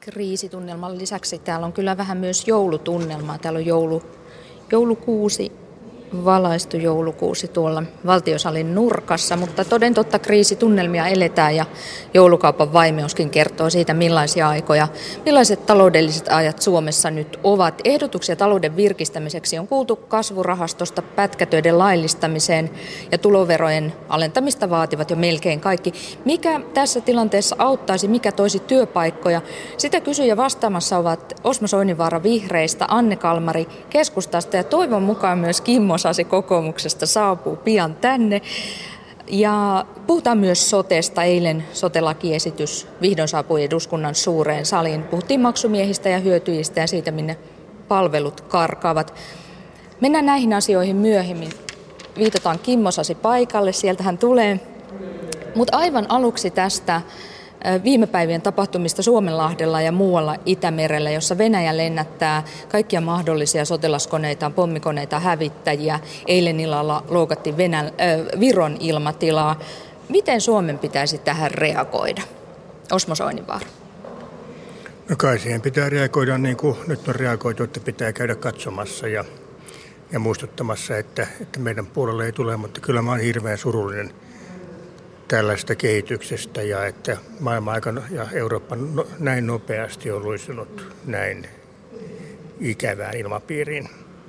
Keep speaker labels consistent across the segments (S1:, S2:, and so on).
S1: Kriisitunnelman lisäksi täällä on kyllä vähän myös joulutunnelmaa. Täällä on joulukuusi, valaistu joulukuusi tuolla Valtiosalin nurkassa, mutta toden totta kriisitunnelmia eletään ja joulukaupan vaimeuskin kertoo siitä, millaisia aikoja, millaiset taloudelliset ajat Suomessa nyt ovat. Ehdotuksia talouden virkistämiseksi on kuultu kasvurahastosta pätkätöiden laillistamiseen ja tuloverojen alentamista vaativat jo melkein kaikki. Mikä tässä tilanteessa auttaisi, mikä toisi työpaikkoja? Sitä kysyjä vastaamassa ovat Osmo Soininvaara Vihreistä, Anne Kalmari Keskustasta ja toivon mukaan myös Kimmo Sasi kokoomuksesta saapuu pian tänne. Ja puhutaan myös sotesta. Eilen sote-lakiesitys vihdoin saapui eduskunnan suureen saliin. Puhuttiin maksumiehistä ja hyötyjistä ja siitä, minne palvelut karkaavat. Mennään näihin asioihin myöhemmin. Viitataan Kimmo Sasi paikalle, sieltä hän tulee. Mutta aivan aluksi tästä viime päivien tapahtumista Suomenlahdella ja muualla Itämerellä, jossa Venäjä lennättää kaikkia mahdollisia sotilaskoneitaan, pommikoneita, hävittäjiä. Eilen illalla loukattiin Viron ilmatilaa. Miten Suomen pitäisi tähän reagoida? Osmo Soininvaara.
S2: No kai siihen pitää reagoida niin kuin nyt on reagoitu, että pitää käydä katsomassa ja muistuttamassa, että meidän puolelle ei tule, mutta kyllä mä oon hirveän surullinen tällaista kehityksestä ja että maailman aikana ja Eurooppa näin nopeasti on luistunut näin ikävään ilmapiiriin.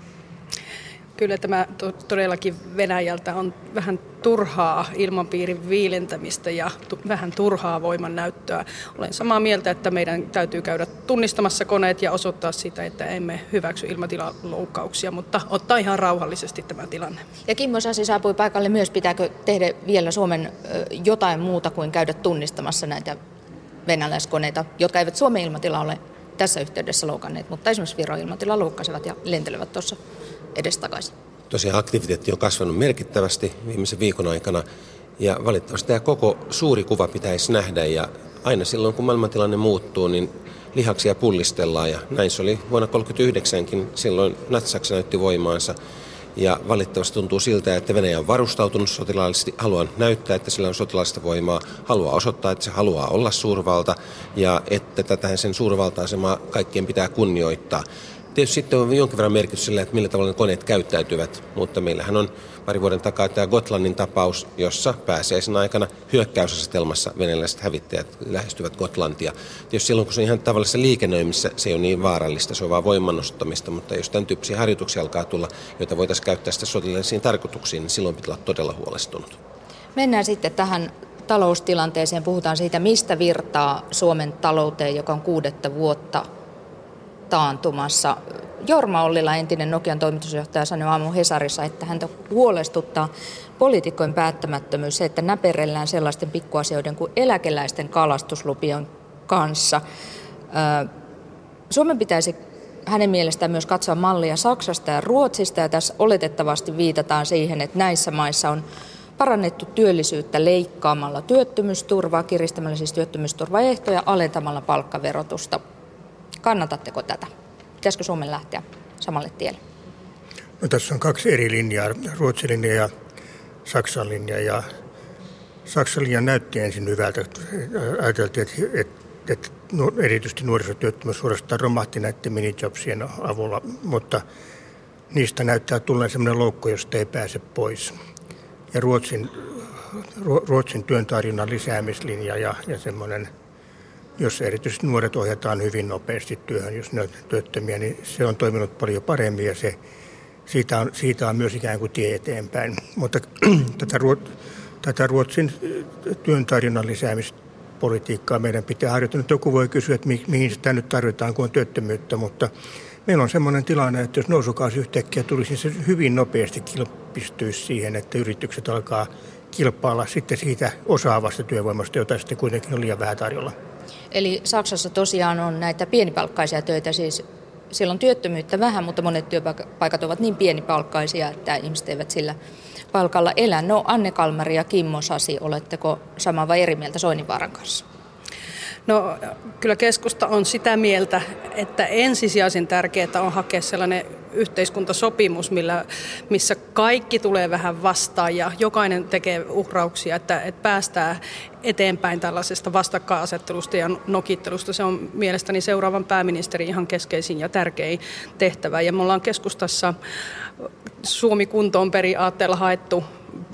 S3: Kyllä tämä todellakin Venäjältä on vähän turhaa ilmapiirin viilentämistä ja vähän turhaa voimannäyttöä. Olen samaa mieltä, että meidän täytyy käydä tunnistamassa koneet ja osoittaa sitä, että emme hyväksy ilmatilaloukkauksia, mutta ottaa ihan rauhallisesti tämä tilanne.
S1: Ja Kimmo Sasi saapui paikalle myös. Pitääkö tehdä vielä Suomen jotain muuta kuin käydä tunnistamassa näitä venäläiskoneita, jotka eivät Suomen ilmatila ole tässä yhteydessä loukanneet, mutta esimerkiksi Viron ilmatila loukkasivat ja lentelevät tuossa edestakaisin?
S4: Tosiaan aktiviteetti on kasvanut merkittävästi viimeisen viikon aikana ja valitettavasti tämä koko suuri kuva pitäisi nähdä ja aina silloin kun maailmantilanne muuttuu, niin lihaksia pullistellaan ja näin se oli vuonna 1939kin, silloin Natsi-Saksa näytti voimaansa ja valitettavasti tuntuu siltä, että Venäjä on varustautunut sotilaallisesti, haluaa näyttää, että sillä on sotilaallista voimaa, haluaa osoittaa, että se haluaa olla suurvalta ja että tätä sen suurvalta-asemaa kaikkien pitää kunnioittaa. Tietysti sitten on jonkin verran merkitys sillä, että millä tavalla ne koneet käyttäytyvät, mutta meillähän on pari vuoden takaa tämä Gotlannin tapaus, jossa pääsiäisen aikana hyökkäysasetelmassa venäläiset hävittäjät lähestyvät Gotlantia. Tietysti silloin, kun se on ihan tavallisessa liikennöimissä, se ei ole niin vaarallista, se on vaan voimannostamista, mutta jos tämän tyyppisiä harjoituksia alkaa tulla, joita voitaisiin käyttää sitten sotilaallisiin tarkoituksiin, niin silloin pitää olla todella huolestunut.
S1: Mennään sitten tähän taloustilanteeseen. Puhutaan siitä, mistä virtaa Suomen talouteen, joka on 6. vuotta taantumassa. Jorma Ollila, entinen Nokian toimitusjohtaja, sanoi aamun Hesarissa, että häntä huolestuttaa poliitikkojen päättämättömyys, se, että näperellään sellaisten pikkuasioiden kuin eläkeläisten kalastuslupien kanssa. Suomen pitäisi hänen mielestään myös katsoa mallia Saksasta ja Ruotsista, ja tässä oletettavasti viitataan siihen, että näissä maissa on parannettu työllisyyttä leikkaamalla työttömyysturvaa, kiristämällä siis työttömyysturvaehtoja, alentamalla palkkaverotusta. Kannatatteko tätä? Pitäisikö Suomen lähteä samalle tielle?
S2: No, tässä on 2 eri linjaa, Ruotsin linja ja Saksan linja. Ja Saksan linja näytti ensin hyvältä. Ajateltiin, että erityisesti nuorisotyöttömyys suorastaan romahti näiden minijobsien avulla, mutta niistä näyttää tulleen sellainen loukko, josta ei pääse pois. Ja Ruotsin työn tarjonnan lisäämislinja ja semmoinen, jos erityisesti nuoret ohjataan hyvin nopeasti työhön, jos ne on työttömiä, niin se on toiminut paljon paremmin ja siitä on myös ikään kuin tie eteenpäin. Mutta tätä Ruotsin työn tarjonnan lisäämispolitiikkaa meidän pitää harjoittaa. Nyt joku voi kysyä, että mihin sitä nyt tarvitaan, kun on työttömyyttä, mutta meillä on sellainen tilanne, että jos nousukausi yhtäkkiä tulisi, niin se hyvin nopeasti kilpistyisi siihen, että yritykset alkaa kilpailla sitten siitä osaavasta työvoimasta, jota sitten kuitenkin on liian vähän tarjolla.
S1: Eli Saksassa tosiaan on näitä pienipalkkaisia töitä, siis siellä on työttömyyttä vähän, mutta monet työpaikat ovat niin pienipalkkaisia, että ihmiset eivät sillä palkalla elä. No Anne Kalmari ja Kimmo Sasi, oletteko samaa vai eri mieltä Soininvaaran kanssa?
S3: No kyllä keskusta on sitä mieltä, että ensisijaisen tärkeää on hakea sellainen yhteiskuntasopimus, missä kaikki tulee vähän vastaan ja jokainen tekee uhrauksia, että päästään eteenpäin tällaisesta vastakkainasettelusta ja nokittelusta. Se on mielestäni seuraavan pääministerin ihan keskeisin ja tärkein tehtävä. Ja me ollaan keskustassa Suomi kuntoon -periaatteella haettu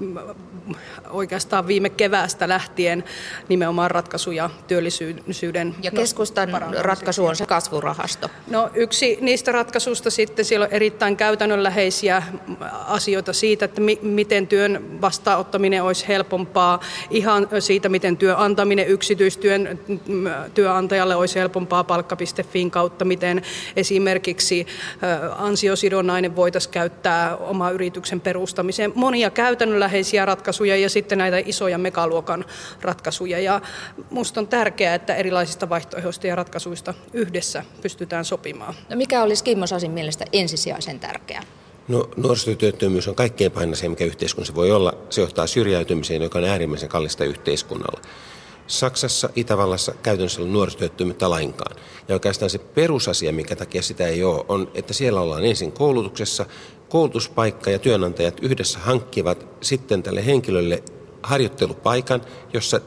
S3: oikeastaan viime keväästä lähtien nimenomaan ratkaisuja työllisyyden.
S1: Ja keskustan ratkaisu on se kasvurahasto.
S3: No yksi niistä ratkaisuista sitten, siellä on erittäin käytännönläheisiä asioita siitä, että miten työn vastaanottaminen olisi helpompaa, ihan siitä, miten työn antaminen yksityistyön työnantajalle olisi helpompaa palkka.fin kautta, miten esimerkiksi ansiosidonnainen voitaisiin käyttää oma yrityksen perustamiseen. Monia käytännönläheisiä ratkaisuja ja sitten näitä isoja megaluokan ratkaisuja. Ja musta on tärkeää, että erilaisista vaihtoehdoista ja ratkaisuista yhdessä pystytään sopimaan.
S1: No mikä olisi Kimmo Sasin mielestä ensisijaisen tärkeää?
S4: No, nuorisotyöttömyys on kaikkein painasin, mikä yhteiskunnassa voi olla. Se johtaa syrjäytymiseen, joka on äärimmäisen kallista yhteiskunnalla. Saksassa, Itävallassa käytännössä on nuorisotyöttömyyttä lainkaan. Ja oikeastaan se perusasia, minkä takia sitä ei ole, on, että siellä ollaan ensin koulutuksessa, koulutuspaikka ja työnantajat yhdessä hankkivat sitten tälle henkilölle harjoittelupaikan, jossa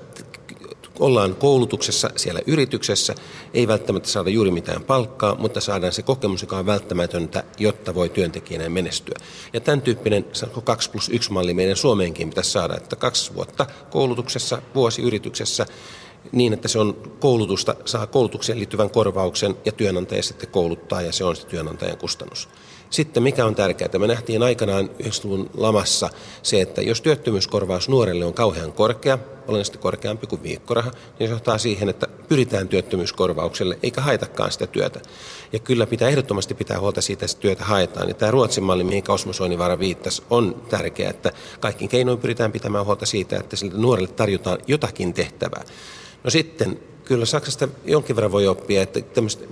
S4: ollaan koulutuksessa siellä yrityksessä, ei välttämättä saada juuri mitään palkkaa, mutta saadaan se kokemus, joka on välttämätöntä, jotta voi työntekijänä menestyä. Ja tämän tyyppinen 2+1-malli meidän Suomeenkin pitäisi saada, että 2 vuotta koulutuksessa, vuosi yrityksessä, niin, että se on koulutusta, saa koulutukseen liittyvän korvauksen ja työnantaja sitten kouluttaa ja se on se työnantajan kustannus. Sitten mikä on tärkeää, me nähtiin aikanaan 90-luvun lamassa se, että jos työttömyyskorvaus nuorelle on kauhean korkea, olennaisesti korkeampi kuin viikkoraha, niin se johtaa siihen, että pyritään työttömyyskorvaukselle eikä haetakaan sitä työtä. Ja kyllä ehdottomasti pitää huolta siitä, että työtä haetaan. Ja tämä Ruotsin malli, mihin Osmo Soininvaara viittasi, on tärkeää, että kaikin keinoin pyritään pitämään huolta siitä, että sille nuorelle tarjotaan jotakin tehtävää. No sitten kyllä Saksasta jonkin verran voi oppia, että tämmöiset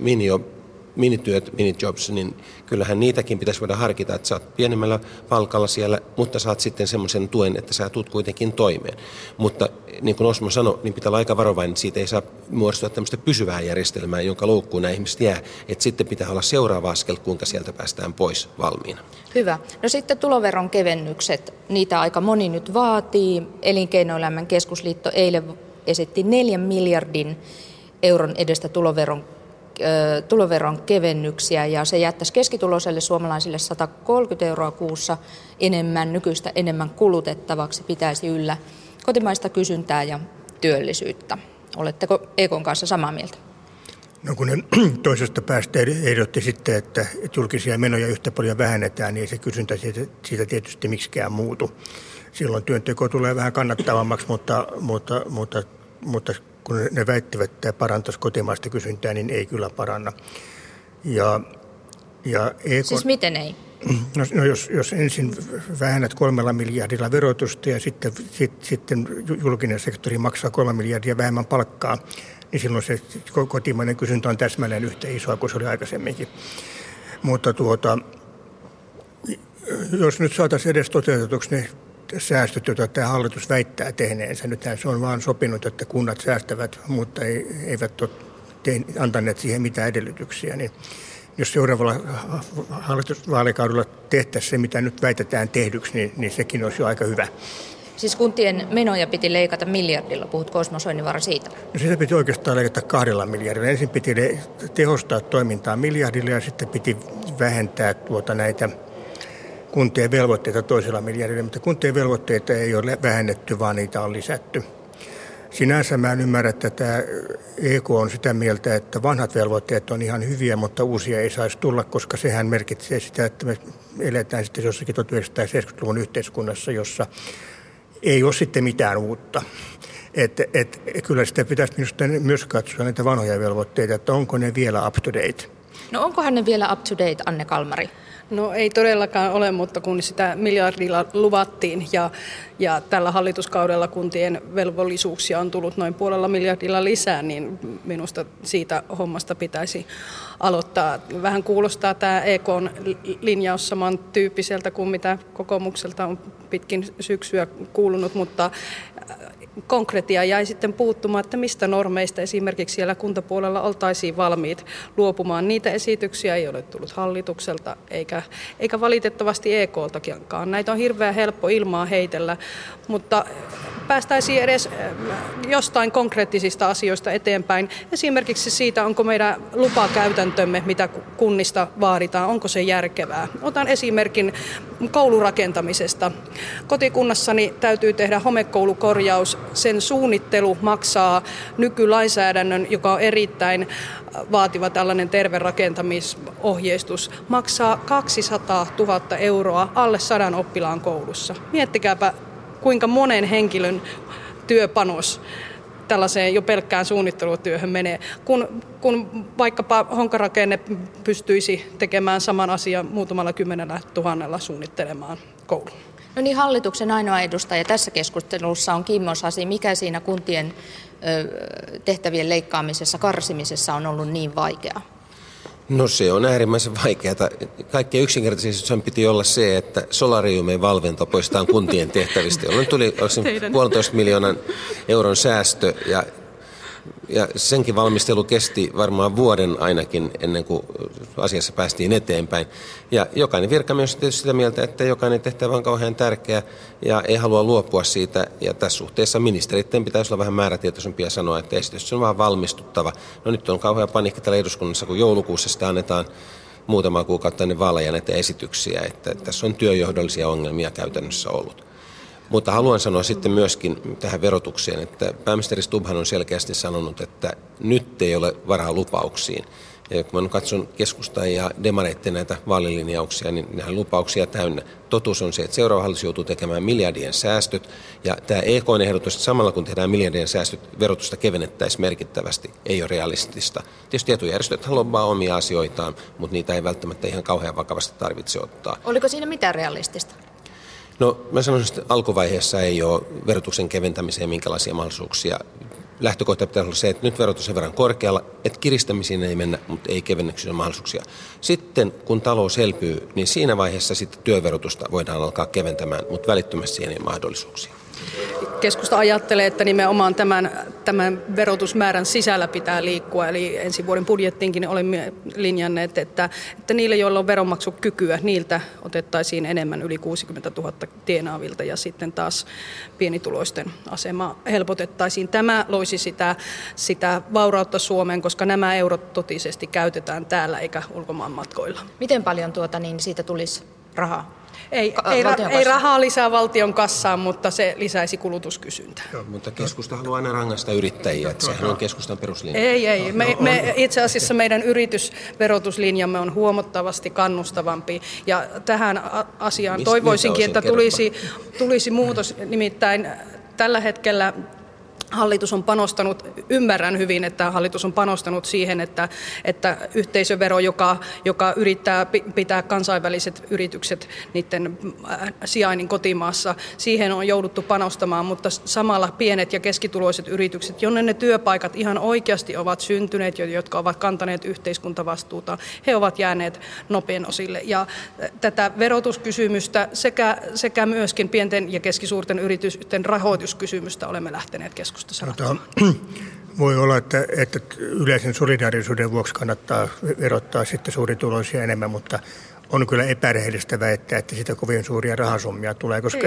S4: minityöt, minijobs, niin kyllähän niitäkin pitäisi voida harkita, että sä oot pienemmällä palkalla siellä, mutta saat sitten semmoisen tuen, että sä tuut kuitenkin toimeen. Mutta niin kuin Osmo sanoi, niin pitää olla aika varovainen, että siitä ei saa muodostua tämmöistä pysyvää järjestelmää, jonka loukkuun nämä ihmiset jää. Että sitten pitää olla seuraava askel, kuinka sieltä päästään pois valmiina.
S1: Hyvä. No sitten tuloveron kevennykset, niitä aika moni nyt vaatii. Elinkeinoelämän keskusliitto eilen esitti 4 miljardin euron edestä tuloveron kevennyksiä ja se jättäisi keskituloiselle suomalaisille 130 euroa kuussa nykyistä enemmän kulutettavaksi, pitäisi yllä kotimaista kysyntää ja työllisyyttä. Oletteko EK:n kanssa samaa mieltä?
S2: No kun ne toisesta päästä ehdotti sitten, että julkisia menoja yhtä paljon vähennetään, niin se kysyntä siitä tietysti miksikään muutu. Silloin työnteko tulee vähän kannattavammaksi, mutta kun ne väittivät, että tämä parantaisi kotimaista kysyntää, niin ei kyllä paranna.
S1: Siis miten ei?
S2: No jos ensin vähennät 3 miljardilla verotusta ja sitten julkinen sektori maksaa 3 miljardia vähemmän palkkaa, niin silloin se kotimainen kysyntä on täsmälleen yhtä isoa kuin se oli aikaisemminkin. Mutta jos nyt saataisiin edes toteutetuksi ne säästöt, joita tämä hallitus väittää tehneensä. Nythän se on vaan sopinut, että kunnat säästävät, mutta eivät ole antaneet siihen mitään edellytyksiä. Niin jos seuraavalla hallitusvaalikaudella tehtäisiin se, mitä nyt väitetään tehdyksi, niin sekin olisi jo aika hyvä.
S1: Siis kuntien menoja piti leikata miljardilla, puhutko Osmo Soininvaara siitä?
S2: No sitä piti oikeastaan leikata 2 miljardilla. Ensin piti tehostaa toimintaa miljardilla ja sitten piti vähentää näitä kuntien velvoitteita 2 miljardilla, mutta kuntien velvoitteita ei ole vähennetty, vaan niitä on lisätty. Sinänsä mä en ymmärrä, että tämä EK on sitä mieltä, että vanhat velvoitteet on ihan hyviä, mutta uusia ei saisi tulla, koska sehän merkitsee sitä, että me eletään sitten jossakin 1970-luvun yhteiskunnassa, jossa ei ole sitten mitään uutta. Kyllä sitä pitäisi minusta myös katsoa näitä vanhoja velvoitteita, että onko ne vielä up to date.
S1: No onkohan ne vielä up to date, Anne Kalmari?
S3: No ei todellakaan ole, mutta kun sitä miljardilla luvattiin ja tällä hallituskaudella kuntien velvollisuuksia on tullut noin 0,5 miljardilla lisää, niin minusta siitä hommasta pitäisi aloittaa. Vähän kuulostaa tämä EK:n linjaus samantyyppiseltä kuin mitä kokoomukselta on pitkin syksyä kuulunut, mutta konkretia jäi sitten puuttumaan, että mistä normeista esimerkiksi siellä kuntapuolella oltaisiin valmiit luopumaan. Niitä esityksiä ei ole tullut hallitukselta eikä valitettavasti EK:ltakaan. Näitä on hirveän helppo ilmaa heitellä, mutta päästäisiin edes jostain konkreettisista asioista eteenpäin. Esimerkiksi siitä, onko meidän lupakäytäntömme, mitä kunnista vaaditaan, onko se järkevää. Otan esimerkin koulurakentamisesta. Kotikunnassani täytyy tehdä homekoulukorjaus. Sen suunnittelu maksaa nykylainsäädännön, joka on erittäin vaativa tällainen terve rakentamisohjeistus, maksaa 200 000 euroa alle 100 oppilaan koulussa. Miettikääpä, kuinka monen henkilön työpanos tällaiseen jo pelkkään suunnittelutyöhön menee, kun vaikkapa Honkarakenne pystyisi tekemään saman asian muutamalla 10 000 suunnittelemaan koulun.
S1: No niin, hallituksen ainoa edustaja tässä keskustelussa on Kimmo Sasi. Mikä siinä kuntien tehtävien leikkaamisessa, karsimisessa on ollut niin vaikeaa?
S4: No se on äärimmäisen vaikeaa. Kaikkein yksinkertaisesti sen piti olla se, että solariumien valvonta poistetaan kuntien tehtävistä, jolloin tuli 1,5 miljoonan euron säästö ja senkin valmistelu kesti varmaan vuoden ainakin ennen kuin asiassa päästiin eteenpäin. Ja jokainen virkamies on tietysti sitä mieltä, että jokainen tehtävä on kauhean tärkeä ja ei halua luopua siitä. Ja tässä suhteessa ministeritten pitäisi olla vähän määrätietoisempia sanoa, että esitys on vaan valmistuttava. No nyt on kauhean paniikki täällä eduskunnassa, kun joulukuussa sitä annetaan muutama kuukautta ennen vaaleja näitä esityksiä, että tässä on työjohdollisia ongelmia käytännössä ollut. Mutta haluan sanoa sitten myöskin tähän verotukseen, että pääministeri Stubbhan on selkeästi sanonut, että nyt ei ole varaa lupauksiin. Ja kun mä katson keskustan ja demareitten näitä vaalilinjauksia, niin nehän lupauksia täynnä. Totuus on se, että seuraava hallitus joutuu tekemään miljardien säästöt. Ja tämä EK:n ehdotus, että samalla kun tehdään miljardien säästöt, verotusta kevennettäisiin merkittävästi, ei ole realistista. Tietysti etujärjestöt lobbaa omia asioitaan, mutta niitä ei välttämättä ihan kauhean vakavasti tarvitse ottaa.
S1: Oliko siinä mitään realistista?
S4: No mä sanoisin, että alkuvaiheessa ei ole verotuksen keventämiseen minkälaisia mahdollisuuksia. Lähtökohta pitää olla se, että nyt verotus on sen verran korkealla, että kiristämisiin ei mennä, mutta ei kevennyksiin mahdollisuuksia. Sitten kun talous elpyy, niin siinä vaiheessa sitten työverotusta voidaan alkaa keventämään, mutta välittömästi siihen ei ole mahdollisuuksia.
S3: Keskusta ajattelee, että nimenomaan tämän verotusmäärän sisällä pitää liikkua, eli ensi vuoden budjettiinkin olemme linjanneet, että niille, joilla on veronmaksukykyä, niiltä otettaisiin enemmän yli 60 000 tienaavilta ja sitten taas pienituloisten asemaa helpotettaisiin. Tämä loisi sitä vaurautta Suomeen, koska nämä eurot totisesti käytetään täällä eikä ulkomaan matkoilla.
S1: Miten paljon siitä tulisi rahaa?
S3: Ei rahaa lisää valtion kassaan, mutta se lisäisi kulutuskysyntää.
S4: Mutta keskusta haluaa aina rangaista yrittäjiä, että sehän on keskustan peruslinja.
S3: Ei. Me itse asiassa meidän yritysverotuslinjamme on huomattavasti kannustavampi. Ja tähän asiaan toivoisinkin, että tulisi muutos. Nimittäin tällä hetkellä hallitus on panostanut, ymmärrän hyvin, että hallitus on panostanut siihen, että yhteisövero, joka yrittää pitää kansainväliset yritykset niiden sijainnin kotimaassa, siihen on jouduttu panostamaan, mutta samalla pienet ja keskituloiset yritykset, jonne ne työpaikat ihan oikeasti ovat syntyneet, jotka ovat kantaneet yhteiskuntavastuuta, he ovat jääneet nopean osille. Ja tätä verotuskysymystä sekä myöskin pienten ja keskisuurten yritysten rahoituskysymystä olemme lähteneet keskustelemaan.
S2: Voi olla, että yleisen solidaarisuuden vuoksi kannattaa verottaa sitten suurituloisia enemmän, mutta on kyllä epärehellistä väittää, että sitä kovin suuria rahasummia tulee, koska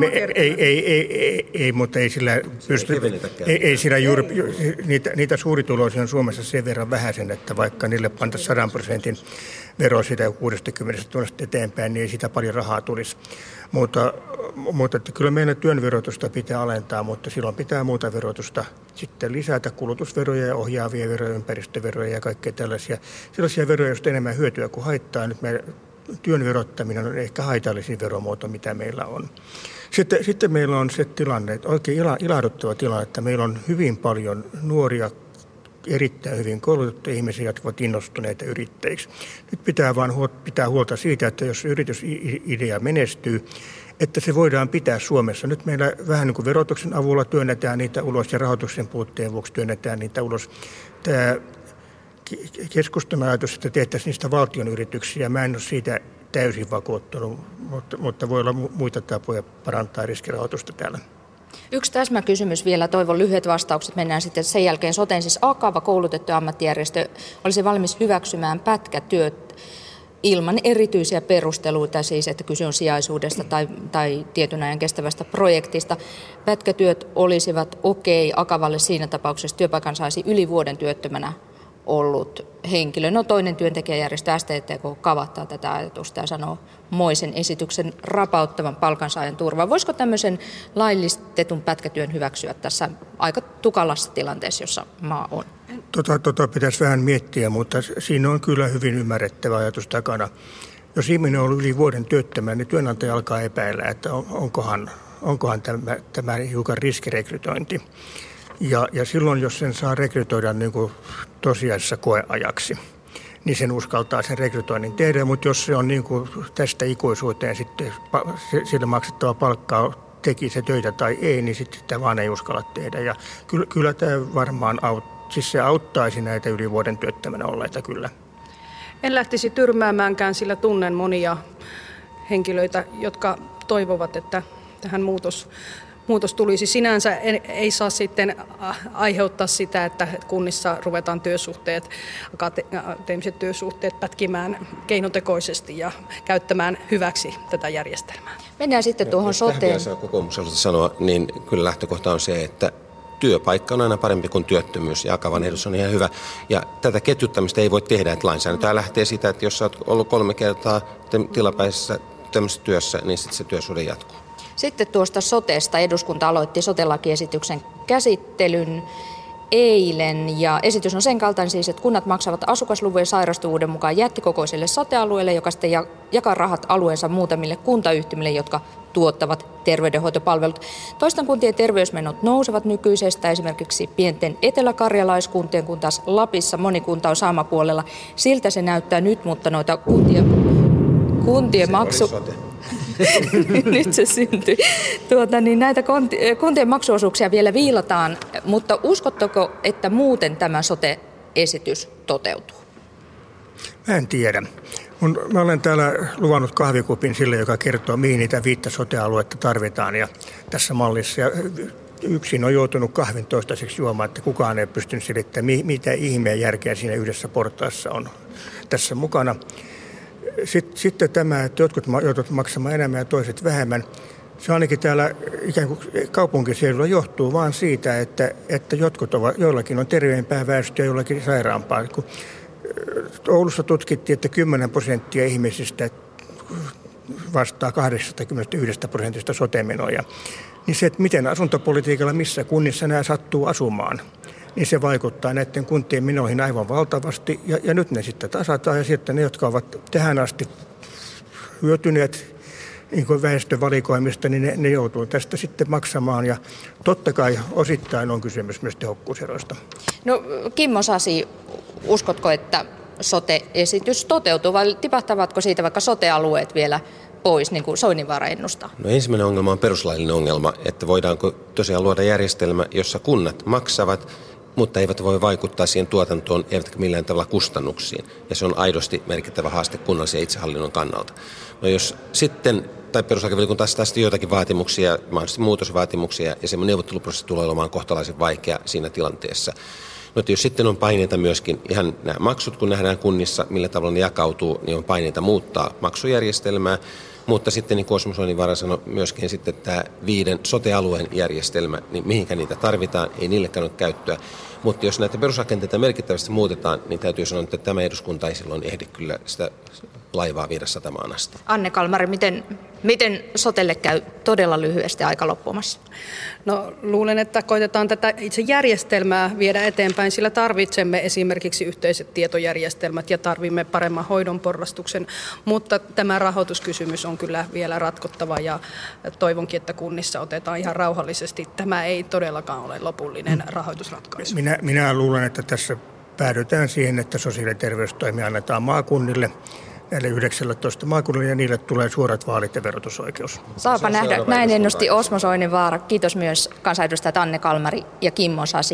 S2: mutta ei sillä pysty, ei sillä juuri, niitä suurituloisia on Suomessa sen verran vähäisen, että vaikka niille pantaisiin 100% vero sitä 60 000 eteenpäin, niin ei sitä paljon rahaa tulisi. Mutta että kyllä meidän työn verotusta pitää alentaa, mutta silloin pitää muuta verotusta sitten lisätä, kulutusveroja ja ohjaavia veroja, ympäristöveroja ja kaikkea tällaisia. Sellaisia veroja, joista enemmän hyötyä kuin haittaa. Nyt työn verottaminen on ehkä haitallisin veromuoto, mitä meillä on. Sitten meillä on se tilanne, oikein ilahduttava tilanne, että meillä on hyvin paljon nuoria, erittäin hyvin koulutettuja ihmisiä, jotka ovat innostuneita yrittäjiksi. Nyt pitää vaan pitää huolta siitä, että jos yritysidea menestyy, että se voidaan pitää Suomessa. Nyt meillä vähän niin kuin verotuksen avulla työnnetään niitä ulos ja rahoituksen puutteen vuoksi työnnetään niitä ulos. Tämä keskustan ajatus, että tehtäisiin niistä valtion yrityksiä, mä en ole siitä täysin vakuuttunut, mutta voi olla muita tapoja parantaa riskirahoitusta täällä.
S1: Yksi täsmäkysymys vielä, toivon lyhyet vastaukset, mennään sitten sen jälkeen soteen. Siis Akava, koulutettu ammattijärjestö, olisi valmis hyväksymään pätkätyöt ilman erityisiä perusteluita, siis että kyse on sijaisuudesta tai tietyn ajan kestävästä projektista. Pätkätyöt olisivat okei Akavalle siinä tapauksessa, työpaikan saisi yli vuoden työttömänä ollut henkilö. No toinen työntekijäjärjestö STTK kavattaa tätä ajatusta ja sanoo moisen esityksen rapauttavan palkansaajan turvaa. Voisiko tämmöisen laillistetun pätkätyön hyväksyä tässä aika tukalassa tilanteessa, jossa maa on?
S2: Pitäisi vähän miettiä, mutta siinä on kyllä hyvin ymmärrettävä ajatus takana. Jos ihminen on ollut yli vuoden työttömän, niin työnantaja alkaa epäillä, että onkohan tämä hiukan riskirekrytointi. Ja silloin, jos sen saa rekrytoida niin kuin tosiasiassa koeajaksi, niin sen uskaltaa sen rekrytoinnin tehdä. Mutta jos se on niin kuin tästä ikuisuuteen sitten sillä maksettava palkkaa, teki se töitä tai ei, niin sitten sitä vaan ei uskalla tehdä. Ja kyllä tämä varmaan siis se auttaisi näitä yli vuoden työttömänä olleita kyllä.
S3: En lähtisi tyrmäämäänkään, sillä tunnen monia henkilöitä, jotka toivovat, että tähän muutos tulisi. Sinänsä ei saa sitten aiheuttaa sitä, että kunnissa ruvetaan akateemiset työsuhteet pätkimään keinotekoisesti ja käyttämään hyväksi tätä järjestelmää.
S1: Mennään sitten tuohon soteen.
S4: Tähän kokoomukselta sanoa, niin kyllä lähtökohta on se, että työpaikka on aina parempi kuin työttömyys ja Akavan ehdotus on ihan hyvä. Ja tätä ketjuttamista ei voi tehdä, että lainsäädäntöä lähtee siitä, että jos olet ollut 3 kertaa tilapäisessä tämmöisessä työssä, niin sitten se työsuhde jatkuu.
S1: Sitten tuosta sotesta eduskunta aloitti sote-lakiesityksen käsittelyn eilen ja esitys on sen kaltainen siis, että kunnat maksavat asukasluvun ja sairastuvuuden mukaan jättikokoiselle sote-alueelle, joka sitten jakaa rahat alueensa muutamille kuntayhtymille, jotka tuottavat terveydenhoitopalvelut. Toisten kuntien terveysmenot nousevat nykyisestä, esimerkiksi pienten eteläkarjalaiskuntien, kun taas Lapissa moni kunta on saamapuolella. Siltä se näyttää nyt, mutta noita kuntien maksu... Nyt se syntyi. Niin näitä kuntien maksuosuuksia vielä viilataan, mutta uskotteko, että muuten tämä sote-esitys toteutuu?
S2: Mä en tiedä. Mä olen täällä luvannut kahvikupin sille, joka kertoo, mihin niitä 5 sote-aluetta tarvitaan ja tässä mallissa. Ja yksin on joutunut kahvin toistaiseksi juomaan, että kukaan ei pystynyt selittämään, mitä ihmeen järkeä siinä yhdessä portaassa on tässä mukana. Sitten tämä, että jotkut joutuvat maksamaan enemmän ja toiset vähemmän, se ainakin täällä ikään kuin kaupunkiseudulla johtuu vaan siitä, että joillakin on terveempää väestöä ja joillakin sairaampaa. Kun Oulussa tutkittiin, että 10% ihmisistä vastaa 81% sote-menoja. Niin se, että miten asuntopolitiikalla missä kunnissa nämä sattuu asumaan, niin se vaikuttaa näiden kuntien menoihin aivan valtavasti. Ja nyt ne sitten tasataan ja sitten ne, jotka ovat tähän asti hyötyneet niin väestövalikoimista, niin ne joutuu tästä sitten maksamaan. Ja totta kai osittain on kysymys myös tehokkuuseroista.
S1: No Kimmo Sasi, uskotko, että sote-esitys toteutuu vai tipahtavatko siitä vaikka sote-alueet vielä pois, niin kuin Soininvaara ennustaa?
S4: No ensimmäinen ongelma on peruslaillinen ongelma, että voidaanko tosiaan luoda järjestelmä, jossa kunnat maksavat, mutta eivät voi vaikuttaa siihen tuotantoon, eivätkä millään tavalla kustannuksiin. Ja se on aidosti merkittävä haaste kunnallisen itsehallinnon kannalta. No jos sitten, tai perustuslakivaliokunta taas tästä joitakin vaatimuksia, mahdollisesti muutosvaatimuksia, ja semmoinen neuvotteluprosessi tulee olemaan kohtalaisen vaikea siinä tilanteessa. No jos sitten on paineita myöskin, ihan nämä maksut, kun nähdään kunnissa, millä tavalla ne jakautuu, niin on paineita muuttaa maksujärjestelmää. Mutta sitten, niin kuin Osmo Soininvaara sanoi, myöskin sitten tämä 5 sote-alueen järjestelmä, niin mihinkä niitä tarvitaan, ei niillekään ole käyttöä. Mutta jos näitä perusrakenteita merkittävästi muutetaan, niin täytyy sanoa, että tämä eduskunta ei silloin ehdi kyllä sitä laivaa viedä satamaan asti.
S1: Anne Kalmari, miten sotelle käy todella lyhyesti aika loppumassa?
S3: No luulen, että koitetaan tätä itse järjestelmää viedä eteenpäin, sillä tarvitsemme esimerkiksi yhteiset tietojärjestelmät ja tarvimme paremman hoidon porrastuksen, mutta tämä rahoituskysymys on kyllä vielä ratkottava ja toivonkin, että kunnissa otetaan ihan rauhallisesti. Tämä ei todellakaan ole lopullinen rahoitusratkaisu.
S2: Minä luulen, että tässä päädytään siihen, että sosiaali- ja terveystoimi annetaan maakunnille, näille 19 maakunnille, ja niille tulee suorat vaalit ja verotusoikeus.
S1: Saapa nähdä. Näin ennusti Osmo Soininvaara. Kiitos myös kansanedustajat Anne Kalmari ja Kimmo Sasi.